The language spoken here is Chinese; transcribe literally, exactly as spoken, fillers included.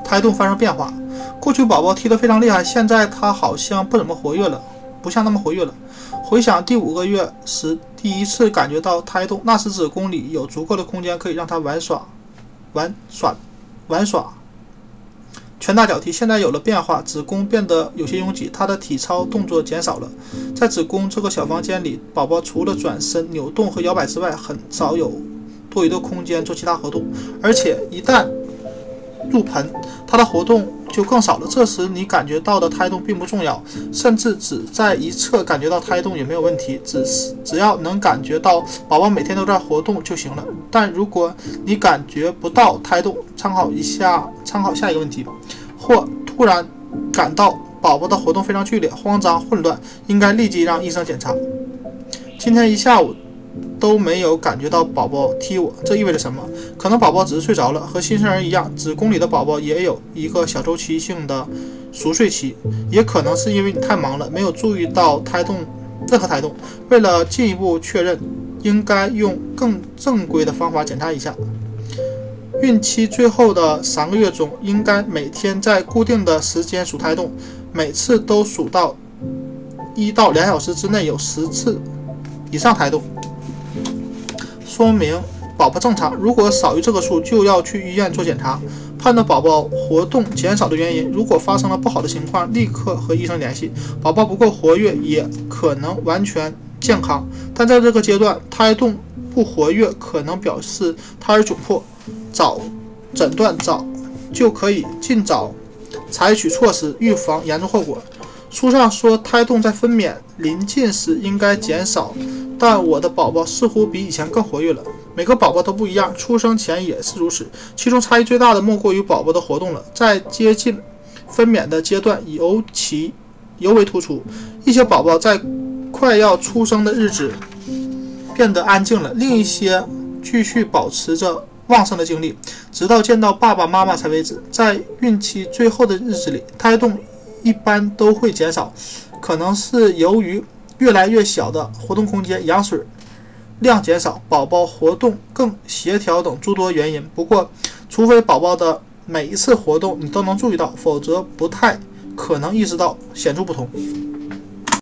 胎动发生变化。过去宝宝踢得非常厉害，现在他好像不怎么活跃了，不像那么活跃了。回想第五个月时第一次感觉到胎动，那时子宫里有足够的空间可以让他玩耍玩耍玩耍拳打脚踢。现在有了变化，子宫变得有些拥挤，他的体操动作减少了。在子宫这个小房间里，宝宝除了转身、扭动和摇摆之外，很少有多余的空间做其他活动，而且一旦入盆，他的活动就更少了。这时你感觉到的胎动并不重要，甚至只在一侧感觉到胎动也没有问题，只是只要能感觉到宝宝每天都在活动就行了。但如果你感觉不到胎动，参考一下参考下一个问题，或突然感到宝宝的活动非常剧烈、慌张、混乱，应该立即让医生检查。今天一下午都没有感觉到宝宝踢我，这意味着什么？可能宝宝只是睡着了，和新生儿一样，子宫里的宝宝也有一个小周期性的熟睡期，也可能是因为你太忙了，没有注意到胎动任何胎动。为了进一步确认，应该用更正规的方法检查一下。孕期最后的三个月中，应该每天在固定的时间数胎动，每次都数到一到两小时之内有十次以上胎动，说明宝宝正常。如果少于这个数，就要去医院做检查，判断宝宝活动减少的原因。如果发生了不好的情况，立刻和医生联系。宝宝不够活跃，也可能完全健康，但在这个阶段，胎动不活跃可能表示胎儿窘迫，早诊断早就可以尽早采取措施预防严重后果。书上说胎动在分娩临近时应该减少，但我的宝宝似乎比以前更活跃了。每个宝宝都不一样，出生前也是如此，其中差异最大的莫过于宝宝的活动了。在接近分娩的阶段尤其尤为突出，一些宝宝在快要出生的日子变得安静了，另一些继续保持着旺盛的精力，直到见到爸爸妈妈才为止。在孕期最后的日子里，胎动一般都会减少，可能是由于越来越小的活动空间、羊水量减少、宝宝活动更协调等诸多原因。不过，除非宝宝的每一次活动你都能注意到，否则不太可能意识到显著不同。